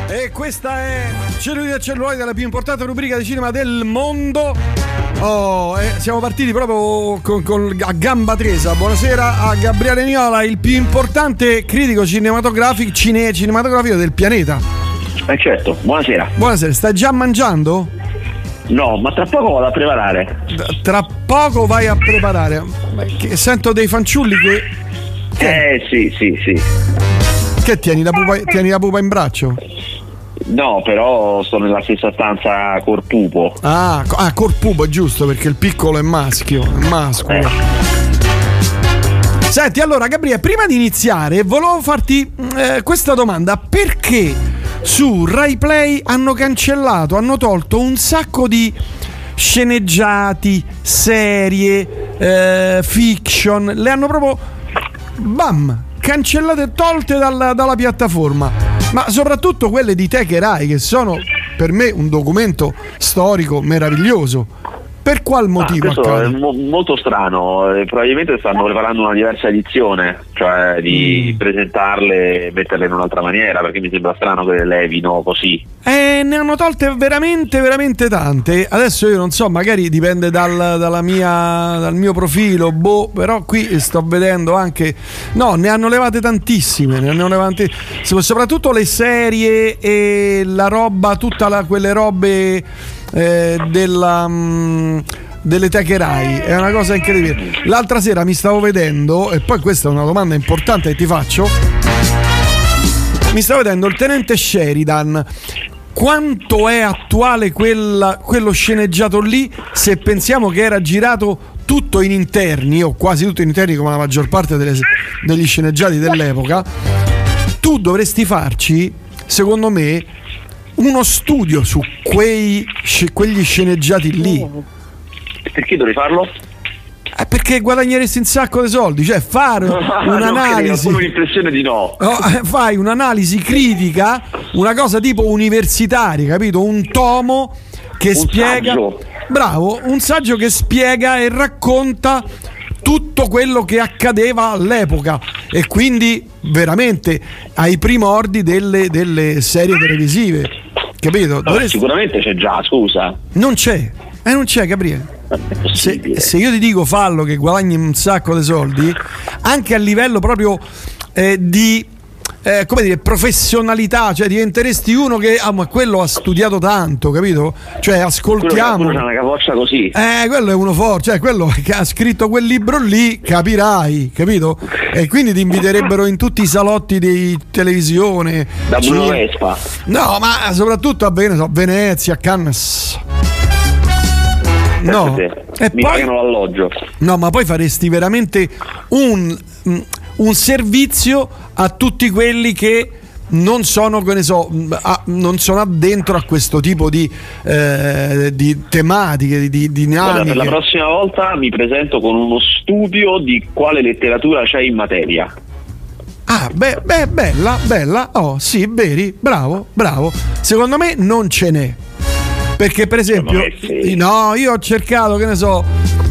E questa è Cellulite e Celluloide, la più importante rubrica di cinema del mondo. Siamo partiti proprio a gamba tesa. Buonasera a Gabriele Niola, il più importante critico cinematografico del pianeta. Certo, buonasera. Buonasera, stai già mangiando? No, ma tra poco vado a preparare. Tra poco vai a preparare. Sento dei fanciulli che... Sì. Che tieni la pupa in braccio? No, però sto nella stessa stanza col pupo. Col pupo, è giusto, perché il piccolo è maschio, è mascolo. Senti, allora Gabriele, prima di iniziare volevo farti questa domanda: perché su Rai Play hanno tolto un sacco di sceneggiati, serie, fiction, le hanno proprio cancellate, tolte dalla piattaforma, ma soprattutto quelle di Tech e Rai, che sono per me un documento storico meraviglioso. Per qual motivo? Questo è molto strano, probabilmente stanno preparando una diversa edizione, cioè di presentarle e metterle in un'altra maniera, perché mi sembra strano che le levino così. Ne hanno tolte veramente, veramente tante. Adesso io non so, magari dipende dal mio profilo, però qui sto vedendo anche... No, ne hanno levate tantissime, soprattutto le serie e la roba, quelle robe... delle Tech Rai, è una cosa incredibile. L'altra sera mi stavo vedendo, e poi questa è una domanda importante che ti faccio, mi stavo vedendo il tenente Sheridan. Quanto è attuale quello sceneggiato lì, se pensiamo che era girato tutto in interni, o quasi tutto in interni, come la maggior parte degli sceneggiati dell'epoca? Tu dovresti farci, secondo me, uno studio su quegli sceneggiati lì. Perché dovrei farlo? Perché guadagneresti un sacco di soldi, cioè fare un'analisi. Ho l'impressione di no. Fai un'analisi critica, una cosa tipo universitaria, capito? Un tomo che spiega. Saggio. Bravo, un saggio che spiega e racconta tutto quello che accadeva all'epoca, e quindi veramente ai primordi delle serie televisive, capito? Sicuramente c'è già, scusa. Non c'è, Gabriele. Se io ti dico fallo, che guadagni un sacco di soldi, anche a livello proprio di come dire, professionalità, cioè diventeresti uno che ma quello ha studiato tanto, capito? Cioè ascoltiamo. Quello c'ha una capoccia così. Quello è uno forte, cioè quello che ha scritto quel libro lì, capirai, capito? E quindi ti inviterebbero in tutti i salotti di televisione. Da Bruno Vespa. No, ma soprattutto a Venezia, a Cannes. No, e mi pagano l'alloggio. No, ma poi faresti veramente un servizio a tutti quelli che non sono, che ne so, non sono addentro a questo tipo di tematiche, di dinamiche. Guarda, per la prossima volta mi presento con uno studio di quale letteratura c'è in materia. Bella. Oh, sì, veri, bravo. Secondo me non ce n'è. Perché per esempio, no, io ho cercato, che ne so,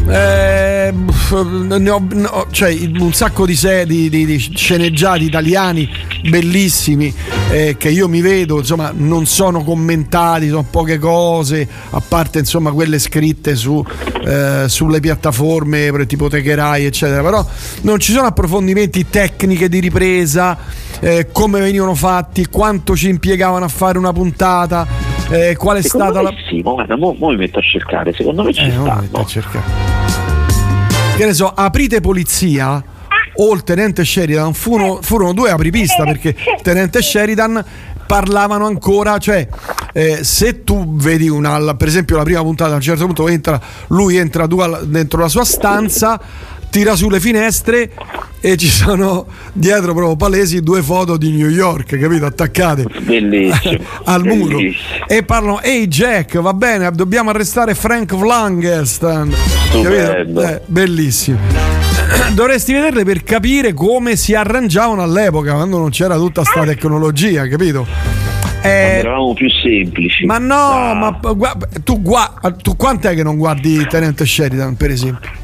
cioè un sacco di sceneggiati italiani bellissimi, che io mi vedo, insomma, non sono commentati, sono poche cose, a parte insomma quelle scritte sulle piattaforme tipo Tech Rai, eccetera, però non ci sono approfondimenti, tecniche di ripresa, come venivano fatti, quanto ci impiegavano a fare una puntata. Qual è stata la... Sì, guarda, mo mi metto a cercare, secondo me ci stanno. Che ne so, Aprite Polizia o il tenente Sheridan furono due apripista, perché il tenente Sheridan parlavano ancora, cioè se tu vedi per esempio la prima puntata, a un certo punto lui entra dentro la sua stanza, tira su le finestre e ci sono dietro proprio palesi 2 foto di New York, capito, attaccate al muro, e parlano: ehi Jack, va bene, dobbiamo arrestare Frank Langerstan, capito? Bellissimo. Dovresti vederle per capire come si arrangiavano all'epoca, quando non c'era tutta sta tecnologia, capito? Eravamo più semplici. Ma no, ma tu quant'è che non guardi Tenente Sheridan, per esempio?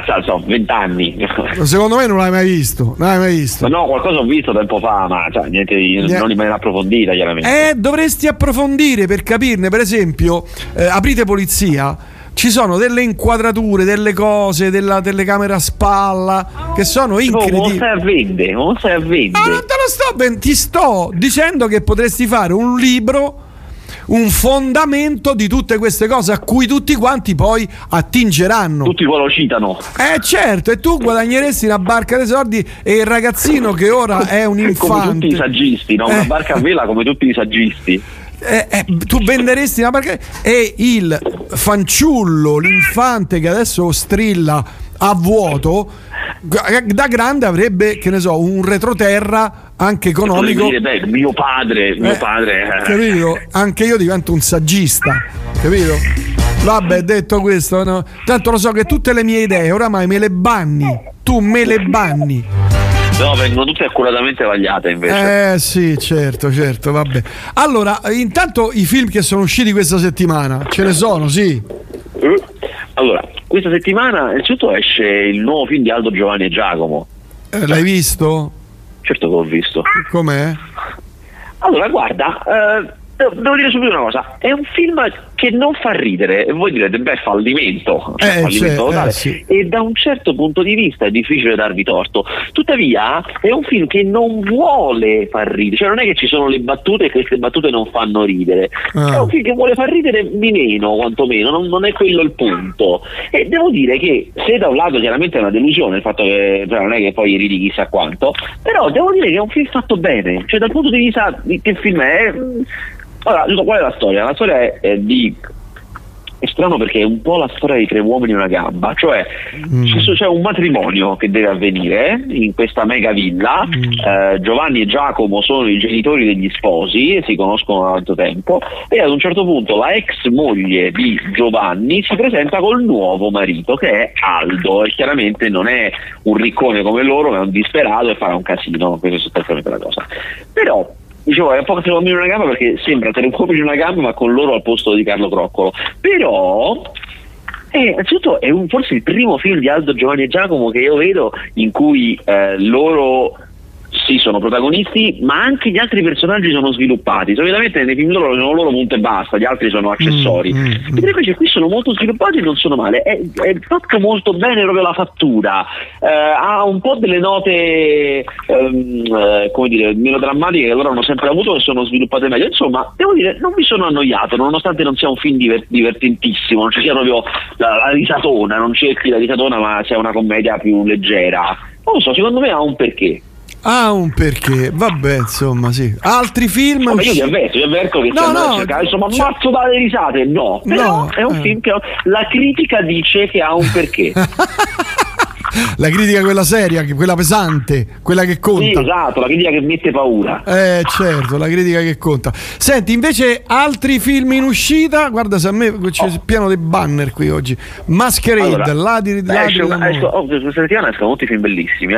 so, 20 anni. Secondo me non l'hai mai visto. No, qualcosa ho visto tempo fa, ma cioè, niente, non in maniera approfondita, chiaramente. Dovresti approfondire per capirne, per esempio, Aprite Polizia. Ci sono delle inquadrature, delle cose, della telecamera a spalla che sono incredibili. Non stai a vendere. Non te lo sto ti sto dicendo che potresti fare un libro, un fondamento di tutte queste cose a cui tutti quanti poi attingeranno. Tutti poi lo citano. Certo, e tu guadagneresti una barca dei soldi e il ragazzino che ora è un infante. Come tutti i saggisti, no? Una barca a vela come tutti i saggisti. Tu venderesti una barca e il fanciullo, l'infante che adesso strilla a vuoto, da grande avrebbe, che ne so, un retroterra anche economico. Dire, mio padre. Capito? Anche io divento un saggista, capito? Vabbè, detto questo, no? Tanto lo so che tutte le mie idee oramai me le banni. Tu me le banni. No, vengono tutte accuratamente vagliate invece. Sì, certo, vabbè. Allora, intanto i film che sono usciti questa settimana, ce ne sono, sì. Allora, questa settimana innanzitutto esce il nuovo film di Aldo, Giovanni e Giacomo. L'hai visto? Certo che l'ho visto. Com'è? Allora, guarda, devo dire subito una cosa, è un film che non fa ridere, e voi direte, fallimento totale, sì. E da un certo punto di vista è difficile darvi torto, tuttavia è un film che non vuole far ridere, cioè non è che ci sono le battute e queste battute non fanno ridere, è un film che vuole far ridere di meno, quantomeno, non è quello il punto, e devo dire che se da un lato chiaramente è una delusione il fatto che non è che poi ridi chissà quanto, però devo dire che è un film fatto bene, cioè dal punto di vista di che film è. Allora, qual è la storia? La storia è strano perché è un po' la storia di 3 uomini e una gamba, cioè c'è un matrimonio che deve avvenire in questa mega villa, Giovanni e Giacomo sono i genitori degli sposi e si conoscono da tanto tempo, e ad un certo punto la ex moglie di Giovanni si presenta col nuovo marito che è Aldo, e chiaramente non è un riccone come loro, ma è un disperato e farà un casino, questa è sostanzialmente la cosa. Però dicevo, è un po' che uomini una gamba perché sembra 3 uomini una gamba ma con loro al posto di Carlo Croccolo, però innanzitutto è forse il primo film di Aldo, Giovanni e Giacomo che io vedo in cui loro sì sono protagonisti, ma anche gli altri personaggi sono sviluppati. Solitamente nei film loro sono loro punto e basta, gli altri sono accessori. Mentre invece qui sono molto sviluppati e non sono male. È fatto molto bene proprio la fattura. Ha un po' delle note come dire, melodrammatiche che loro hanno sempre avuto e sono sviluppate meglio. Insomma, devo dire, non mi sono annoiato, nonostante non sia un film divertentissimo, non ci sia proprio la risatona, non cerchi la risatona, ma sia una commedia più leggera. Non lo so, secondo me ha un perché. Un perché, vabbè, insomma, sì. Altri film. Io ti avverto che insomma, ammazzo dalle risate, però è un film che la critica dice che ha un perché. La critica quella seria, quella pesante, quella che conta. Sì, esatto, la critica che mette paura. Certo, la critica che conta. Senti, invece altri film in uscita, guarda se a me c'è pieno dei banner qui oggi. Masquerade, questa settimana escono molti film bellissimi.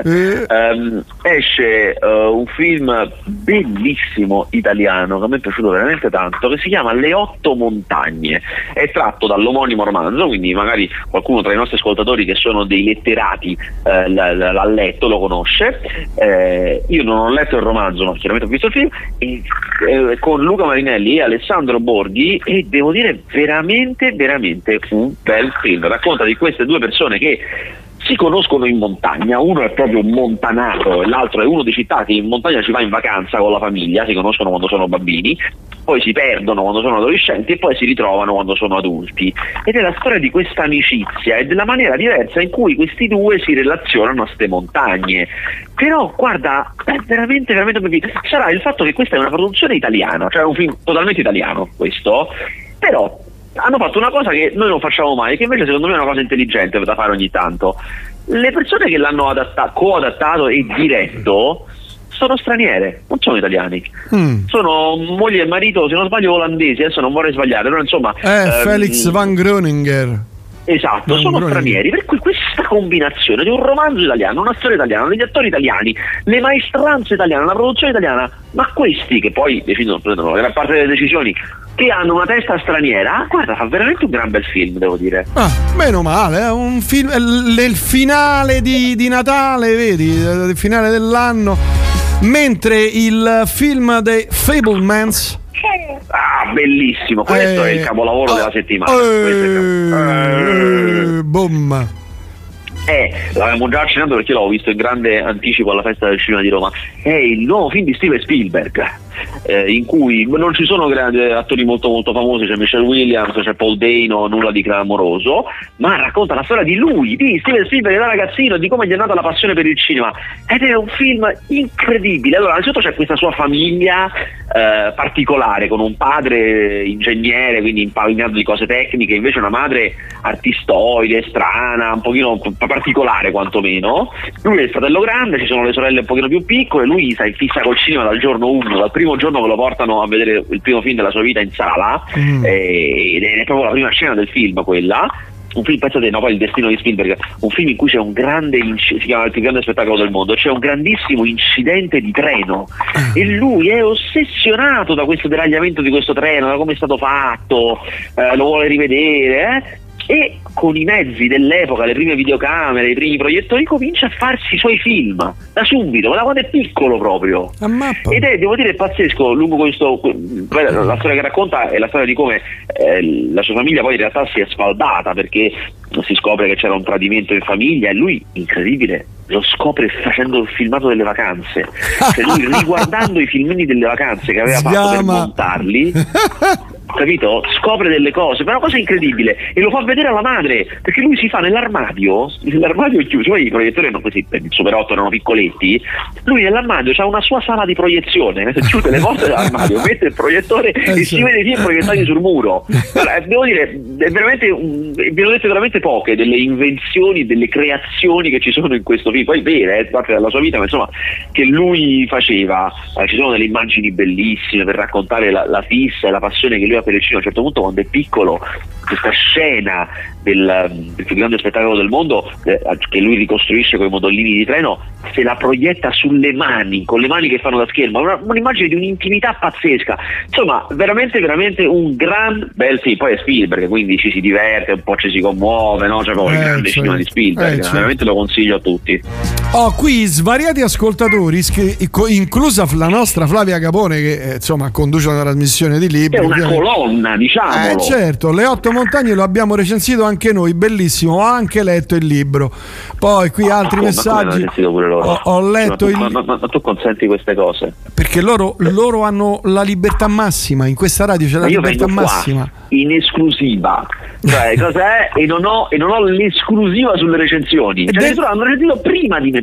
Esce un film bellissimo italiano che a me è piaciuto veramente tanto, che si chiama Le 8 montagne. È tratto dall'omonimo romanzo, quindi magari qualcuno tra i nostri ascoltatori che sono dei letterati l'ha letto, lo conosce. Io non ho letto il romanzo, ma chiaramente ho visto il film, con Luca Marinelli e Alessandro Borghi, e devo dire veramente veramente un bel film. Racconta di queste 2 persone che si conoscono in montagna, uno è proprio un montanato e l'altro è uno di città che in montagna ci va in vacanza con la famiglia, si conoscono quando sono bambini, poi si perdono quando sono adolescenti e poi si ritrovano quando sono adulti, ed è la storia di questa amicizia e della maniera diversa in cui questi 2 si relazionano a ste montagne. Però guarda, è veramente veramente bellissimo. Sarà il fatto che questa è una produzione italiana, cioè è un film totalmente italiano questo, però hanno fatto una cosa che noi non facciamo mai, che invece secondo me è una cosa intelligente da fare ogni tanto. Le persone che l'hanno coadattato e diretto sono straniere, non sono italiani. Sono moglie e marito, se non sbaglio olandesi, adesso non vorrei sbagliare, però insomma Felix Van Groeninger. Esatto, sono stranieri, per cui questa combinazione di un romanzo italiano, una storia italiana, degli attori italiani, le maestranze italiane, una produzione italiana, ma questi che poi decidono, prendono la gran parte delle decisioni che hanno una testa straniera. Guarda, fa veramente un gran bel film, devo dire. Meno male, è un film nel finale di Natale, vedi, il finale dell'anno, mentre il film dei Fabelmans, bellissimo, questo è il capolavoro della settimana. Boom. L'avevamo già accennato perché l'avevo visto in grande anticipo alla festa del cinema di Roma. È il nuovo film di Steven Spielberg, in cui non ci sono grandi attori molto molto famosi, c'è Michelle Williams, c'è Paul Dano, nulla di clamoroso, ma racconta la storia di lui, di Steven Spielberg da ragazzino, di come gli è nata la passione per il cinema, ed è un film incredibile. Allora, innanzitutto c'è questa sua famiglia particolare, con un padre ingegnere, quindi impagnato di cose tecniche, invece una madre artistoide, strana, un pochino particolare quantomeno. Lui è il fratello grande, ci sono le sorelle un pochino più piccole, lui sta in fissa col cinema dal giorno 1, dal primo giorno che lo portano a vedere il primo film della sua vita in sala, ed è proprio la prima scena del film quella. Un film, pensate, poi Il destino di Spielberg, un film in cui c'è un grande si chiama Il più grande spettacolo del mondo, c'è un grandissimo incidente di treno e lui è ossessionato da questo deragliamento di questo treno, da come è stato fatto, lo vuole rivedere, e con i mezzi dell'epoca, le prime videocamere, i primi proiettori, comincia a farsi i suoi film da subito, da quando è piccolo proprio. Ed è, devo dire, pazzesco. Lungo questo, la storia che racconta è la storia di come la sua famiglia poi in realtà si è sfaldata, perché si scopre che c'era un tradimento in famiglia e lui, incredibile, lo scopre facendo il filmato delle vacanze. Cioè lui, riguardando i filmini delle vacanze che aveva fatto per montarli, capito? Scopre delle cose, però cosa incredibile, e lo fa vedere alla madre, perché lui si fa l'armadio è chiuso, poi i proiettori erano così, per il Super 8 erano piccoletti, lui nell'armadio c'ha una sua sala di proiezione, chiude le porte dell'armadio, mette il proiettore e si vede i film proiettati sul muro. Allora, devo dire, è veramente vi ho detto veramente poche delle invenzioni, delle creazioni che ci sono in questo film, poi vere, parte dalla sua vita, ma insomma, che lui faceva. Ci sono delle immagini bellissime per raccontare la fissa e la passione che lui ha per il cinema. A un certo punto, quando è piccolo, questa scena del più grande spettacolo del mondo, che lui ricostruisce con i modellini di treno, se la proietta sulle mani, con le mani che fanno da schermo, un'immagine di un'intimità pazzesca. Insomma, veramente veramente un gran bel film. Poi è Spielberg, quindi ci si diverte, un po' ci si commuove, no? Cioè, poi il grande cinema di Spielberg, veramente lo consiglio a tutti. Qui svariati ascoltatori, inclusa la nostra Flavia Capone, che insomma conduce una trasmissione di libri, è una colonna, diciamolo. Certo, Le 8 montagne lo abbiamo recensito anche noi, bellissimo, ho anche letto il libro. Poi qui altri messaggi, ho letto ma tu consenti queste cose? Perché loro hanno la libertà massima, in questa radio c'è la libertà massima in esclusiva, cioè cos'è? E non ho l'esclusiva sulle recensioni, cioè hanno recensito prima di me,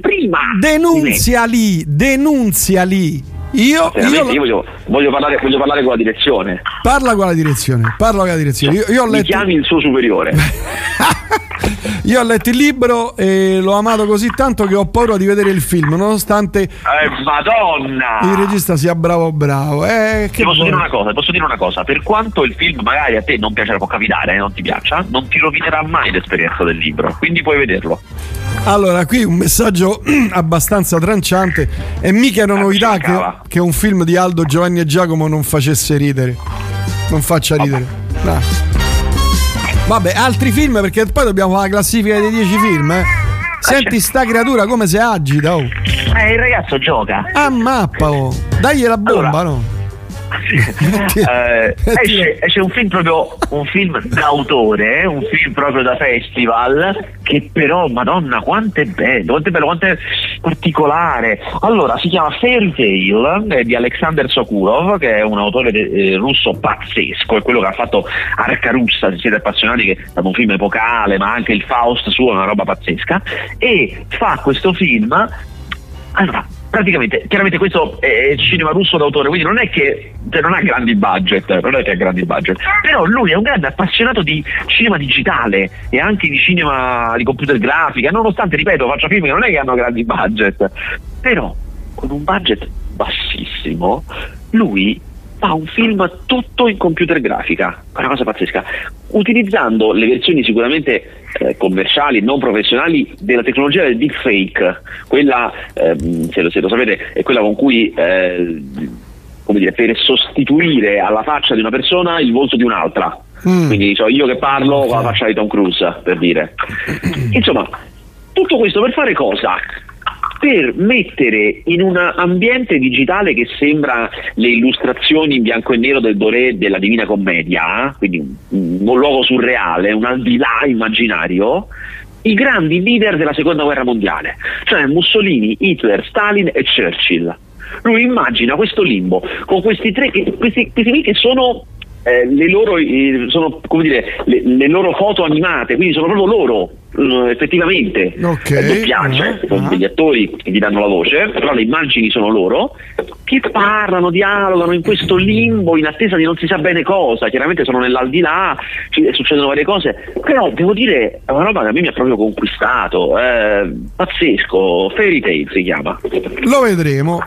denunziali. Io voglio parlare con la direzione. Parla con la direzione. Io ho letto... Mi chiami il suo superiore. Io ho letto il libro e l'ho amato così tanto che ho paura di vedere il film, nonostante Madonna, il regista sia bravo. Posso dire una cosa, per quanto il film magari a te non piacerà, può capitare, non ti piaccia, non ti rovinerà mai l'esperienza del libro, quindi puoi vederlo. Allora, qui un messaggio abbastanza tranciante, e mica era novità che un film di Aldo, Giovanni e Giacomo non faccia ridere. No. Vabbè, altri film, perché poi dobbiamo fare la classifica dei 10 film. Senti sta creatura come si agita. Il ragazzo gioca. Mappa, dagli la bomba, allora, no? Esce un film d'autore, un film proprio da festival, che però, madonna, quanto è bello, quanto è particolare. Allora, si chiama Fairy Tail, di Alexander Sokurov, che è un autore russo pazzesco, è quello che ha fatto Arca Russa, se siete appassionati, che è stato un film epocale, ma anche il Faust suo è una roba pazzesca, e fa questo film. Allora, praticamente, chiaramente questo è cinema russo d'autore, quindi non è che non ha grandi budget, però lui è un grande appassionato di cinema digitale e anche di cinema di computer grafica, nonostante, ripeto, faccia film che non è che hanno grandi budget, però con un budget bassissimo lui fa un film tutto in computer grafica, è una cosa pazzesca, utilizzando le versioni sicuramente commerciali, non professionali, della tecnologia del deepfake, quella, se lo sapete, è quella con cui come dire, per sostituire alla faccia di una persona il volto di un'altra. Quindi io che parlo con la faccia di Tom Cruise, per dire. Insomma, tutto questo per fare cosa? Per mettere in un ambiente digitale che sembra le illustrazioni in bianco e nero del Doré della Divina Commedia, quindi un luogo surreale, un al di là immaginario, i grandi leader della seconda guerra mondiale, cioè Mussolini, Hitler, Stalin e Churchill. Lui immagina questo limbo con questi tre questi che sono le loro sono, come dire, le loro foto animate, quindi sono proprio loro effettivamente, doppiaggio con degli attori che gli danno la voce, però le immagini sono loro che parlano, dialogano in questo limbo in attesa di non si sa bene cosa. Chiaramente sono nell'aldilà, succedono varie cose, però devo dire è una roba che a me mi ha proprio conquistato, pazzesco. Fairy Tail si chiama. Lo vedremo.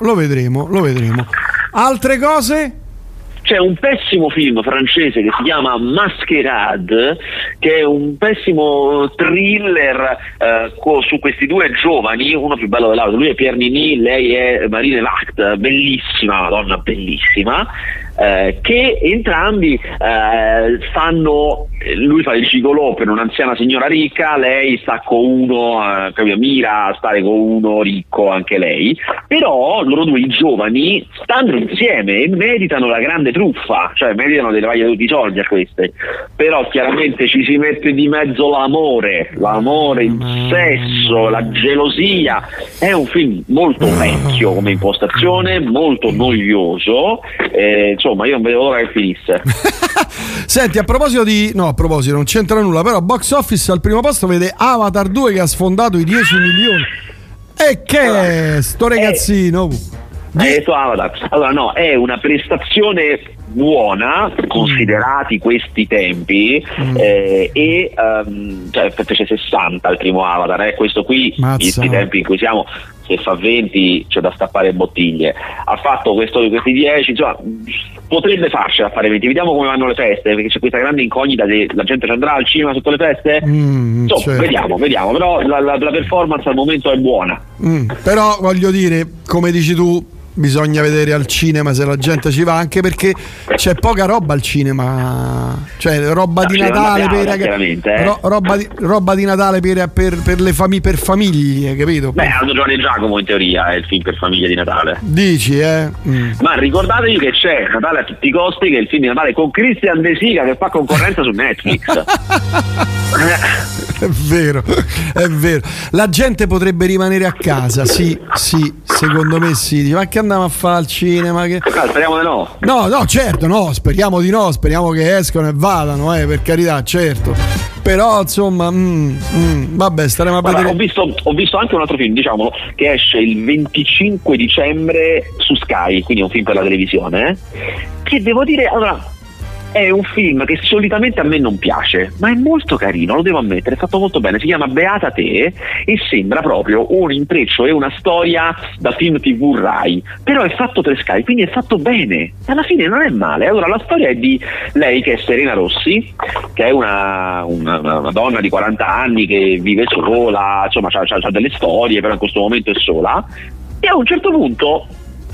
Altre cose? C'è un pessimo film francese che si chiama Masquerade, che è un pessimo thriller su questi due giovani, uno più bello dell'altro. Lui è Pierre Niney, lei è Marine Vacht, bellissima, una donna bellissima, che entrambi fanno, lui fa il gigolò per un'anziana signora ricca, lei sta con uno, mira a stare con uno ricco anche lei, però loro due, i giovani, stanno insieme e meditano la grande truffa, cioè meditano delle vaglie tutti i soldi a queste, però chiaramente ci si mette di mezzo l'amore, il sesso, la gelosia. È un film molto vecchio come impostazione, molto noioso, insomma io non vedo l'ora che finisse. Senti, a proposito non c'entra nulla, però box office al primo posto vede Avatar 2 che ha sfondato i 10 milioni. E che è sto ragazzino? Avatar. Allora no, è una prestazione buona considerati questi tempi, cioè fece 60 il primo Avatar, questo qui, questi tempi in cui siamo, se fa 20 c'è da stappare bottiglie. Ha fatto questi 10, insomma potrebbe farcela a fare 20. Vediamo come vanno le feste, perché c'è questa grande incognita la gente ci andrà al cinema sotto le feste. Insomma, certo. Vediamo, però la performance al momento è buona. Però voglio dire, come dici tu, bisogna vedere al cinema se la gente ci va, anche perché c'è poca roba al cinema, cioè roba di Natale per ragazzi, roba di Natale per le per famiglie, capito? Aldo, Giovanni e Giacomo in teoria è il film per famiglia di Natale. Dici, Ma ricordatevi che c'è Natale a tutti i costi, che è il film di Natale con Christian De Sica che fa concorrenza su Netflix. È vero. La gente potrebbe rimanere a casa, sì, secondo me sì. Dice, ma che andiamo a fare al cinema? Speriamo di no. No, certo, no, speriamo di no, speriamo che escono e vadano, per carità, certo. Però insomma, vabbè, staremo a vedere. Ho visto anche un altro film, diciamolo, che esce il 25 dicembre su Sky, quindi è un film per la televisione, che devo dire, allora, è un film che solitamente a me non piace, ma è molto carino, lo devo ammettere, è fatto molto bene. Si chiama Beata te e sembra proprio un intreccio e una storia da film TV Rai, però è fatto per Sky, quindi è fatto bene e alla fine non è male. Allora, la storia è di lei, che è Serena Rossi, che è una donna di 40 anni che vive sola, insomma c'ha delle storie, però in questo momento è sola, e a un certo punto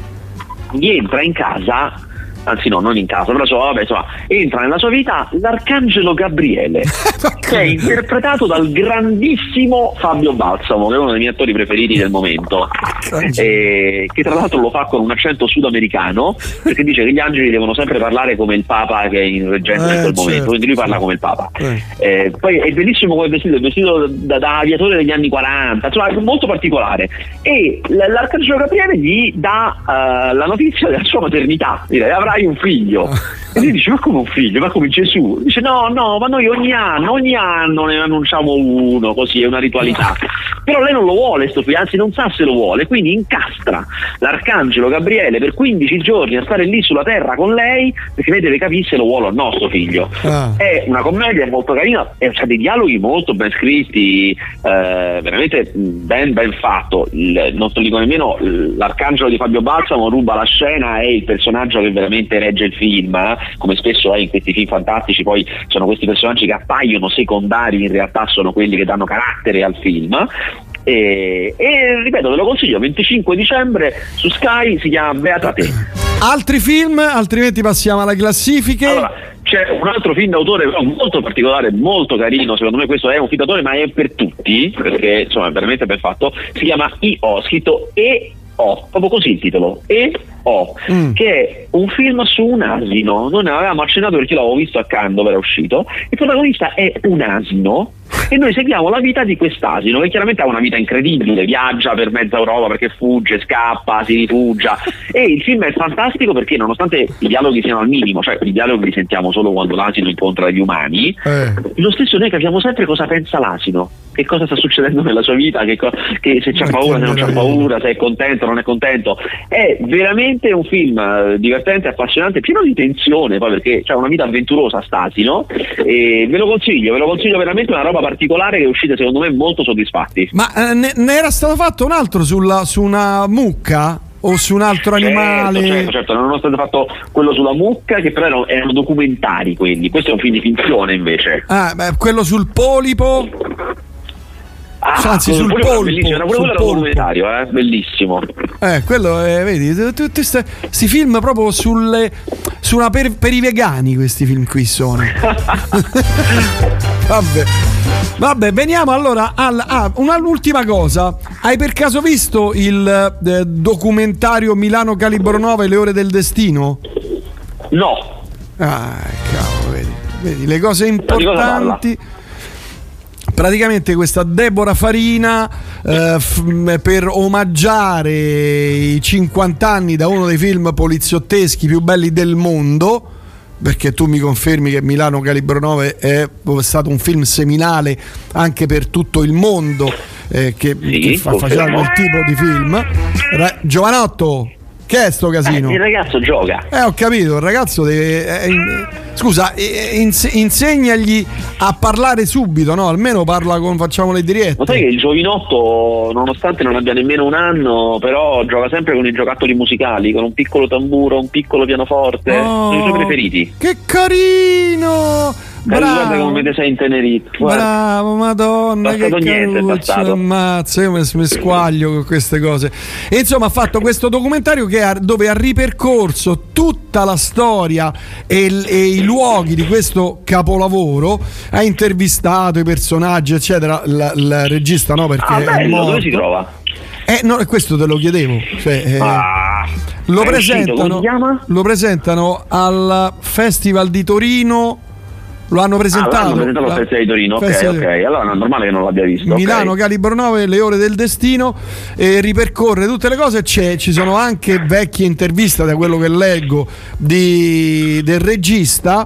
gli entra in casa, anzi no, non in casa, però entra nella sua vita l'Arcangelo Gabriele, che è interpretato dal grandissimo Fabio Balsamo, che è uno dei miei attori preferiti del momento, che tra l'altro lo fa con un accento sudamericano, perché dice che gli angeli devono sempre parlare come il Papa che è in reggenza in quel momento, quindi lui parla come il Papa. Poi è bellissimo come è vestito da aviatore degli anni 40, insomma è molto particolare, e l'Arcangelo Gabriele gli dà la notizia della sua maternità, direi avrai un figlio. E lui dice, ma come un figlio? Ma come Gesù? Dice no, ma noi ogni anno ne annunciamo uno, così è una ritualità. Però lei non lo vuole sto figlio, anzi non sa se lo vuole, quindi incastra l'Arcangelo Gabriele per 15 giorni a stare lì sulla terra con lei, perché lei deve capire se lo vuole o no sto figlio. È una commedia molto carina, e c'ha dei dialoghi molto ben scritti, veramente ben fatto. Non te lo dico nemmeno, l'Arcangelo di Fabio Balsamo ruba la scena, è il personaggio che veramente regge il film, come spesso è in questi film fantastici. Poi sono questi personaggi che appaiono secondari, in realtà sono quelli che danno carattere al film. E ripeto, ve lo consiglio, 25 dicembre su Sky, si chiama Beata te. Altri film, altrimenti passiamo alle classifiche. Allora, c'è un altro film d'autore molto particolare, molto carino, secondo me questo è un film d'autore ma è per tutti, perché insomma è veramente ben fatto, si chiama I.O., scritto E.O., proprio così il titolo, E.O., che è un film su un asino. Noi ne avevamo accennato perché l'avevo visto a Cannes dove era uscito. Il protagonista è un asino e noi seguiamo la vita di quest'asino, che chiaramente ha una vita incredibile, viaggia per mezza Europa perché fugge, scappa, si rifugia, e il film è fantastico perché nonostante i dialoghi siano al minimo, cioè i dialoghi li sentiamo solo quando l'asino incontra gli umani, lo stesso noi capiamo sempre cosa pensa l'asino, che cosa sta succedendo nella sua vita, che se c'ha paura, se non c'ha paura, se è contento, non è contento. È veramente un film divertente, appassionante, pieno di tensione, poi perché c'è una vita avventurosa st'asino, e ve lo consiglio veramente, una roba particolare che uscite secondo me molto soddisfatti. Ma ne era stato fatto un altro su una mucca? O su un altro animale? Certo, non è stato fatto quello sulla mucca, che però erano documentari quelli. Questo è un film di finzione invece. Quello sul polipo? Anzi, sul polpo. Bellissimo, era pure quello documentario, bellissimo. Quello vedi, tutti questi film proprio per i vegani, questi film qui sono. Vabbè, veniamo allora un'ultima cosa. Hai per caso visto il documentario Milano Calibro 9, Le ore del destino? No. Cavolo, vedi le cose importanti. Praticamente questa Deborah Farina, per omaggiare i 50 anni da uno dei film poliziotteschi più belli del mondo, perché tu mi confermi che Milano Calibro 9 è stato un film seminale anche per tutto il mondo, che faceva quel tipo di film. Giovanotto, che è sto casino? Il ragazzo gioca. Ho capito, il ragazzo deve... Scusa, insegnagli a parlare subito, no? Almeno facciamo le dirette. Ma sai che il giovinotto, nonostante non abbia nemmeno un anno, però gioca sempre con i giocattoli musicali, con un piccolo tamburo, un piccolo pianoforte. Sono i suoi preferiti. Che carino! Guarda come ti sei intenerito. Bravo, madonna, che caruccio, ammazza, io mi squaglio con queste cose. E insomma ha fatto questo documentario dove ha ripercorso tutta la storia e i luoghi di questo capolavoro, ha intervistato i personaggi eccetera, il regista no, perché è morto. Dove si trova? No, questo te lo chiedevo, lo presentano al Festival di Torino. Lo hanno presentato al Festival di Torino, ok, allora è normale che non l'abbia visto. Milano Calibro 9, Le ore del destino, ripercorre tutte le cose. Ci sono anche vecchie interviste, da quello che leggo, del regista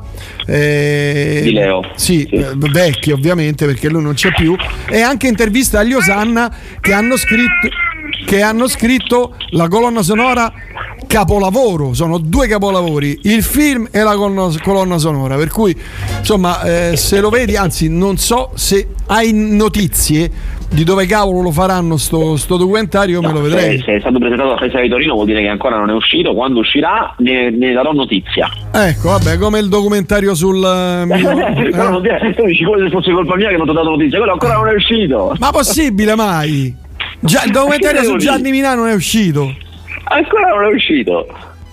di Leo. Sì, vecchie ovviamente perché lui non c'è più, e anche interviste agli Osanna che hanno scritto la colonna sonora capolavoro. Sono 2 capolavori, il film e la colonna sonora, per cui insomma se lo vedi, anzi non so se hai notizie di dove cavolo lo faranno sto documentario, me lo vedrei. Se è stato presentato al Festival di Torino vuol dire che ancora non è uscito. Quando uscirà ne darò notizia. Ecco, vabbè, come il documentario sul tu dici come se fosse colpa mia che non ti ho dato notizia, quello ancora non è uscito. Ma possibile mai? Il documentario su Gianni Milano non è uscito. Ancora non è uscito.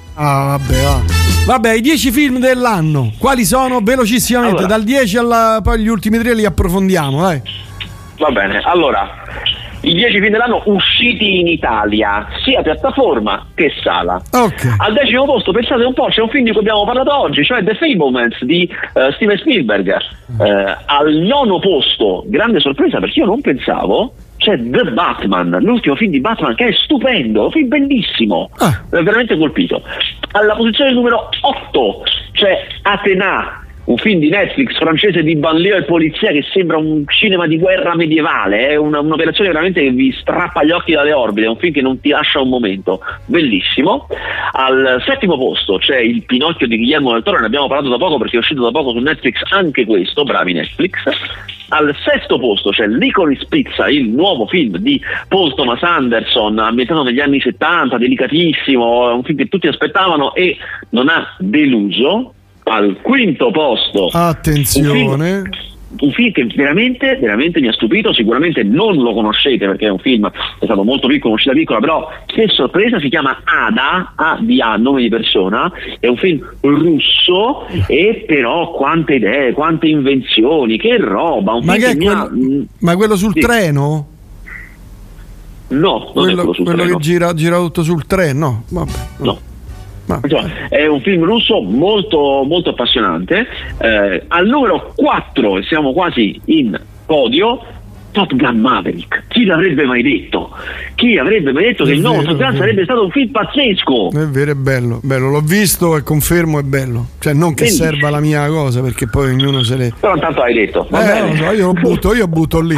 Vabbè, i 10 film dell'anno quali sono? Velocissimamente, allora, dal 10 poi gli ultimi 3 li approfondiamo, dai. Va bene, allora i 10 film dell'anno usciti in Italia, sia piattaforma che sala. Al 10° posto, pensate un po', c'è un film di cui abbiamo parlato oggi, cioè The Fablemans di Steven Spielberg. Al 9° posto, grande sorpresa perché io non pensavo, c'è The Batman, l'ultimo film di Batman, che è stupendo, un film bellissimo, veramente colpito. Alla posizione numero 8 c'è Athéna, un film di Netflix francese di banlieue e polizia che sembra un cinema di guerra medievale, è un'operazione veramente che vi strappa gli occhi dalle orbite, è un film che non ti lascia un momento, bellissimo. Al 7° posto c'è il Pinocchio di Guillermo del Toro, ne abbiamo parlato da poco perché è uscito da poco su Netflix anche questo, bravi Netflix. Al 6° posto c'è Licorice Pizza, il nuovo film di Paul Thomas Anderson, ambientato negli anni 70, delicatissimo, un film che tutti aspettavano e non ha deluso. Al 5° posto, attenzione, un film che veramente mi ha stupito. Sicuramente non lo conoscete perché è un film, è stato molto piccolo, uscita piccola, però che sorpresa, si chiama Ada, A-D-A, nome di persona, è un film russo e però quante idee, quante invenzioni, che roba, un film che ma quello sul treno? No, non è quello sul treno. Quello che gira tutto sul treno? No, vabbè. No. È un film russo molto molto appassionante. Al numero 4, e siamo quasi in podio, Top Gun Maverick. Chi l'avrebbe mai detto? Chi avrebbe mai detto che il nuovo Top Gun sarebbe stato un film pazzesco? È vero, è bello, l'ho visto e confermo, è bello. Cioè non che serva la mia cosa, perché poi ognuno se le... Però intanto hai detto. Io butto lì.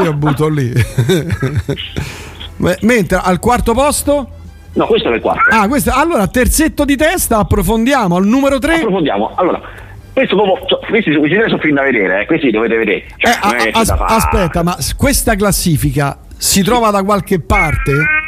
Mentre al quarto posto? No, questo è il quarto. Allora, terzetto di testa, approfondiamo. Al numero 3? Approfondiamo. Allora, questi sono film da vedere, questi dovete vedere. Aspetta, ma questa classifica si trova da qualche parte?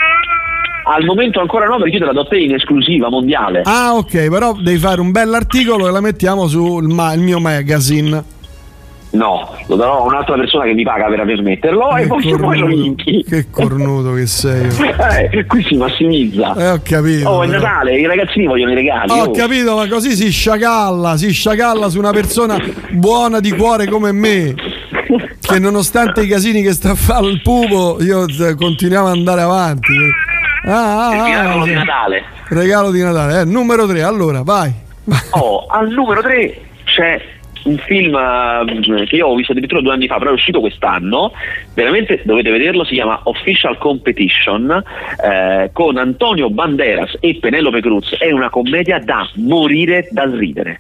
Al momento ancora no, perché io te la do a te in esclusiva mondiale. Ok, però devi fare un bell'articolo e la mettiamo sul mio magazine. No, lo darò a un'altra persona che mi paga per metterlo e poi lo linki. Che cornuto che sei. Qui si massimizza. Ho capito. È Natale, i ragazzini vogliono i regali. Ho capito, ma così si sciacalla su una persona buona di cuore come me, che nonostante i casini che sta a fare il pupo, io continuiamo ad andare avanti. Regalo di Natale. Regalo di Natale. Numero 3, allora, vai. Al numero 3 c'è un film che io ho visto addirittura 2 anni fa, però è uscito quest'anno, veramente dovete vederlo, si chiama Official Competition, con Antonio Banderas e Penelope Cruz. È una commedia da morire dal ridere.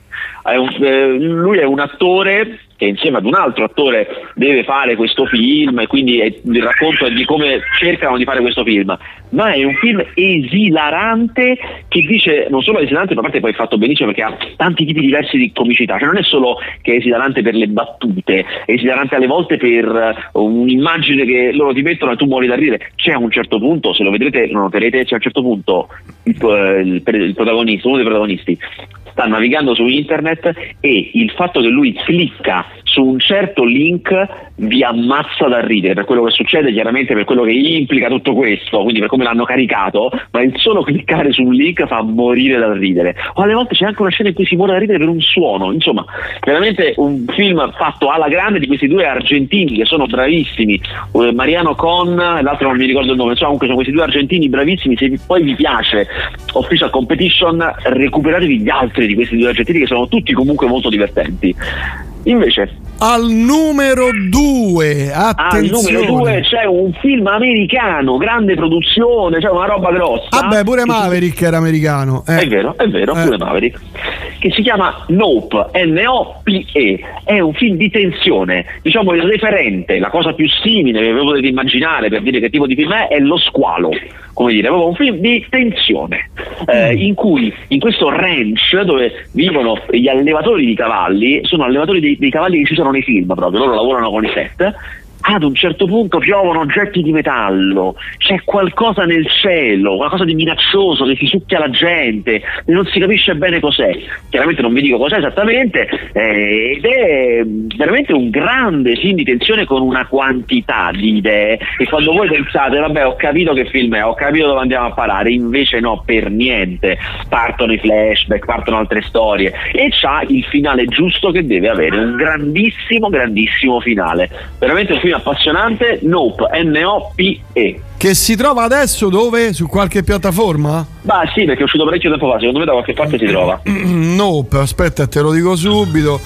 Lui è un attore che insieme ad un altro attore deve fare questo film, e quindi il racconto è di come cercano di fare questo film, ma è un film esilarante, che dice non solo esilarante, ma a parte poi è fatto benissimo perché ha tanti tipi diversi di comicità. Cioè non è solo che è esilarante per le battute, è esilarante alle volte per un'immagine che loro ti mettono e tu muori da ridere. C'è a un certo punto, se lo vedrete lo noterete, c'è a un certo punto il protagonista, uno dei protagonisti sta navigando su internet e il fatto che lui clicca su un certo link vi ammazza da ridere per quello che succede, chiaramente per quello che implica tutto questo, quindi per come l'hanno caricato, ma il solo cliccare su un link fa morire dal ridere. O alle volte c'è anche una scena in cui si muore da ridere per un suono. Insomma, veramente un film fatto alla grande di questi 2 argentini che sono bravissimi, Mariano Con e l'altro non mi ricordo il nome, insomma comunque sono questi 2 argentini bravissimi. Se poi vi piace Official Competition, recuperatevi gli altri di questi 2 argentini che sono tutti comunque molto divertenti. Invece al numero 2, attenzione, al numero 2 c'è un film americano, grande produzione, c'è una roba grossa. Pure Maverick era americano. È vero, pure Maverick. Che si chiama Nope, N-O-P-E. È un film di tensione. Diciamo il referente, la cosa più simile che voi potete immaginare per dire che tipo di film è Lo Squalo. Come dire, proprio un film di tensione, in cui in questo ranch dove vivono gli allevatori di cavalli, sono allevatori dei cavalli che ci sono nei film proprio, loro lavorano con i set. Ad un certo punto piovono oggetti di metallo, c'è qualcosa nel cielo, qualcosa di minaccioso che si succhia la gente e non si capisce bene cos'è. Chiaramente non vi dico cos'è esattamente, ed è veramente un grande film di tensione con una quantità di idee, e quando voi pensate vabbè ho capito che film è, ho capito dove andiamo a parare, invece no, per niente. Partono i flashback, partono altre storie e c'ha il finale giusto che deve avere, un grandissimo finale, veramente un film appassionante. Nope, N-O-P-E. Che si trova adesso dove? Su qualche piattaforma? Bah sì, perché è uscito parecchio tempo fa, secondo me da qualche parte si trova. Nope, aspetta, te lo dico subito.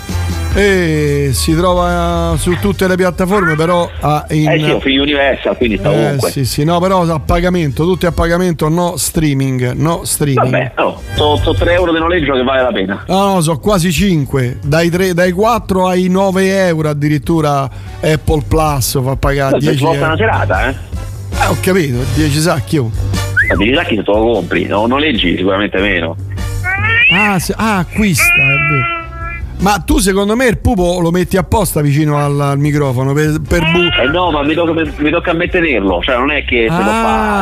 E si trova su tutte le piattaforme, però sì, è film Universal, quindi sta ovunque. Sì, no, però a pagamento, tutti a pagamento, no streaming. Vabbè, sono 3 euro di noleggio che vale la pena. No, sono quasi 5, dai 4 ai 9 euro addirittura. Apple Plus fa pagare 10 euro. Una serata, ho capito, 10 sacchi. 10 sacchi se te lo compri, no, noleggi sicuramente meno. Acquista, è vero. Ma tu secondo me il pupo lo metti apposta vicino al microfono per no, ma mi tocca a me tenerlo, cioè non è che se lo fa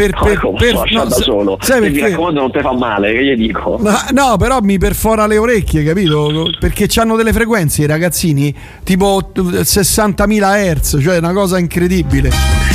da solo. Sai, mi raccomando, non te fa male, che gli dico. No, però mi perfora le orecchie, capito? Perché c'hanno delle frequenze i ragazzini tipo 60.000 Hz, cioè una cosa incredibile.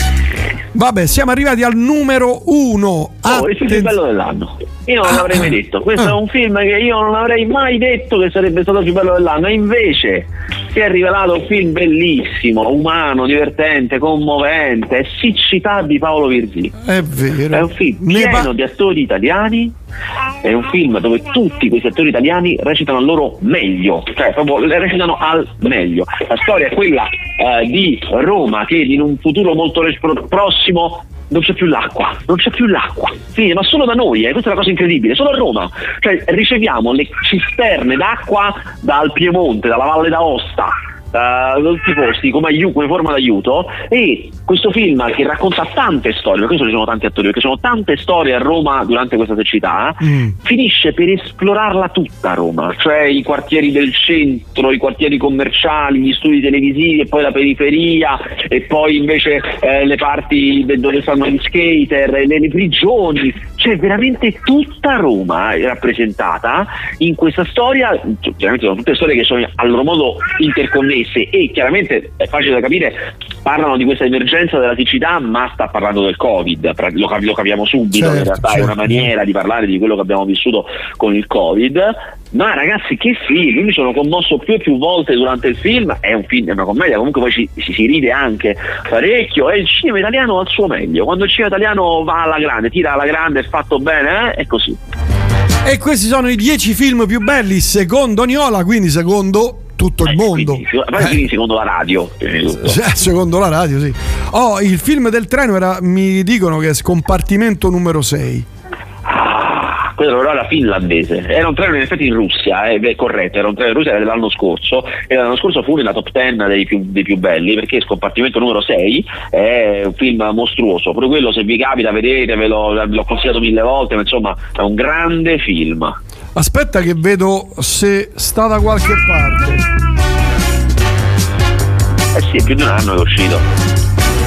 Vabbè, siamo arrivati al numero 1. Il film più bello dell'anno. Io non l'avrei mai detto. Questo è un film che io non avrei mai detto che sarebbe stato il più bello dell'anno. E invece si è rivelato un film bellissimo, umano, divertente, commovente. È Siccità di Paolo Virzì. È vero. È un film pieno di attori italiani. È un film dove tutti questi attori italiani recitano al loro meglio, cioè proprio le recitano al meglio. La storia è quella di Roma che in un futuro molto prossimo non c'è più l'acqua. Sì, ma solo da noi, questa è una cosa incredibile, solo a Roma. Cioè riceviamo le cisterne d'acqua dal Piemonte, dalla Valle d'Aosta, tutti i posti come forma d'aiuto. E questo film che racconta tante storie, per questo ci sono tanti attori, perché sono tante storie a Roma durante questa siccità, finisce per esplorarla tutta Roma, cioè i quartieri del centro, i quartieri commerciali, gli studi televisivi e poi la periferia e poi invece le parti dove stanno gli skater, le prigioni, cioè veramente tutta Roma è rappresentata in questa storia. Chiaramente sono tutte storie che sono a loro modo interconnesse e chiaramente è facile da capire, parlano di questa emergenza della siccità, ma sta parlando del Covid, lo capiamo subito, certo, in realtà è una maniera di parlare di quello che abbiamo vissuto con il Covid. Ma ragazzi, che film, io mi sono commosso più e più volte durante il film. È un film, è una commedia, comunque poi si ride anche parecchio. È il cinema italiano al suo meglio, quando il cinema italiano va alla grande, tira alla grande, è fatto bene, è così. E questi sono i 10 film più belli secondo Niola, quindi secondo tutto il mondo. Quindi secondo la radio. Secondo la radio, sì. Il film del treno mi dicono che è Scompartimento numero 6. Quello però era finlandese, era un treno in effetti in Russia, è corretto, era un treno in Russia dell'anno scorso, e l'anno scorso fu nella top 10 dei più belli, perché Scompartimento numero 6 è un film mostruoso, proprio quello, se vi capita vedete, l'ho consigliato 1000 volte, ma insomma è un grande film. Aspetta che vedo se sta da qualche parte. Sì, è più di un anno che è uscito.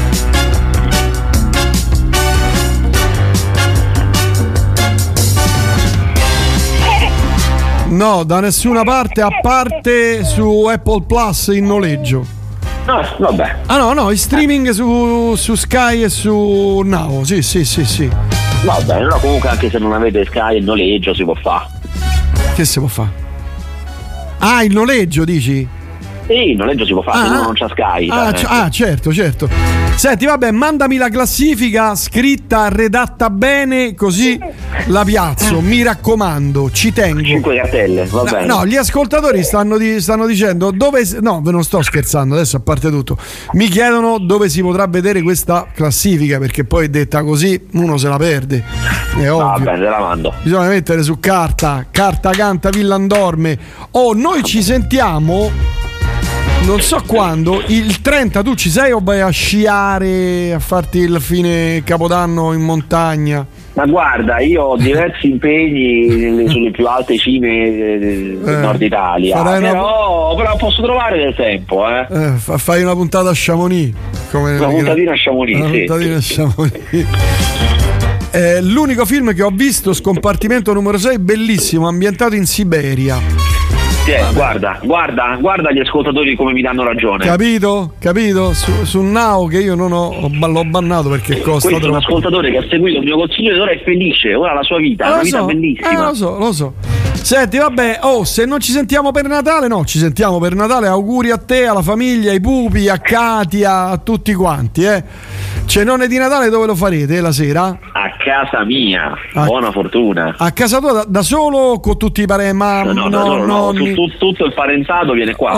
No, da nessuna parte, a parte su Apple Plus in noleggio. Vabbè. No, in streaming su Sky e su Now. Sì. Va bene, no, comunque anche se non avete Sky in noleggio si può fare. Che si può fare? Il noleggio dici? Sì, il noleggio si può fare, se uno non c'ha Sky. Certo. Senti, vabbè, mandami la classifica scritta, redatta bene, così la piazzo, mi raccomando, ci tengo. 5 cartelle, va bene. No, gli ascoltatori stanno dicendo dove. No, ve non sto scherzando, adesso a parte tutto. Mi chiedono dove si potrà vedere questa classifica, perché poi detta così uno se la perde. È ovvio. Va bene, te la mando. Bisogna mettere su carta canta, Villandorme. Noi ci sentiamo. Non so quando, il 30 tu ci sei o vai a sciare, a farti il fine Capodanno in montagna? Ma guarda, io ho diversi impegni sulle più alte cime del nord Italia, però posso trovare del tempo. Fai una puntata a Chamonix. Una puntatina a Chamonix. L'unico film che ho visto, Scompartimento numero 6, bellissimo, ambientato in Siberia. Guarda gli ascoltatori come mi danno ragione. Capito? Su Now, che io non l'ho bannato perché costa. Questo è un ascoltatore che ha seguito il mio consiglio ed ora è felice, ora la sua vita è una vita bellissima. Lo so. Senti, vabbè, se non ci sentiamo per Natale, ci sentiamo per Natale. Auguri a te, alla famiglia, ai pupi, a Katia, a tutti quanti, Cenone di Natale dove lo farete la sera? A casa mia, buona fortuna. A casa tua da solo o con tutti i parenti? No, tutto il parentato viene qua.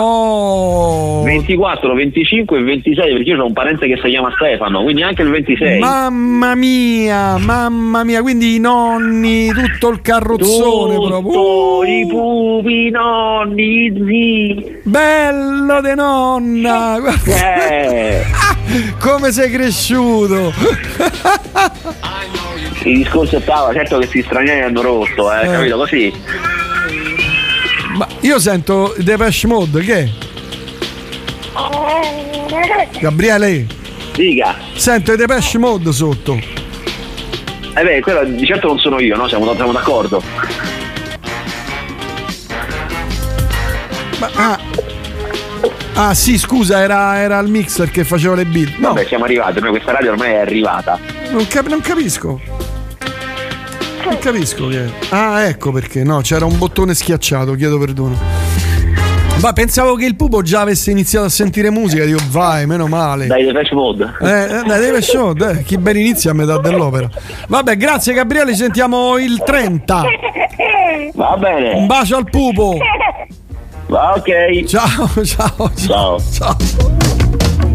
24, 25 e 26, perché io ho un parente che si chiama Stefano, quindi anche il 26. Mamma mia, quindi i nonni, tutto il carrozzone proprio. I pupi, i nonni, i zii. Bello de nonna. Come sei cresciuto. Il discorso stava, certo che sti stranieri hanno rotto, capito così? Ma Io sento Depeche Mode, che è? Gabriele, Dica. sento i Depeche Mode sotto. Quello di certo non sono io, no? Siamo d'accordo. Ah sì, scusa, era il mixer che faceva le beat. No. Vabbè, siamo arrivati, noi questa radio ormai è arrivata. Non capisco. Non capisco che è. Ah, ecco perché. No, c'era un bottone schiacciato, chiedo perdono. Ma pensavo che il pupo già avesse iniziato a sentire musica. Dico, vai, meno male. Dai, Depeche Mode. Dai, Depeche Mode, chi ben inizia a metà dell'opera. Vabbè, grazie Gabriele, ci sentiamo il 30. Va bene. Un bacio al pupo. Va, ok. Ciao. Ciao. Ciao.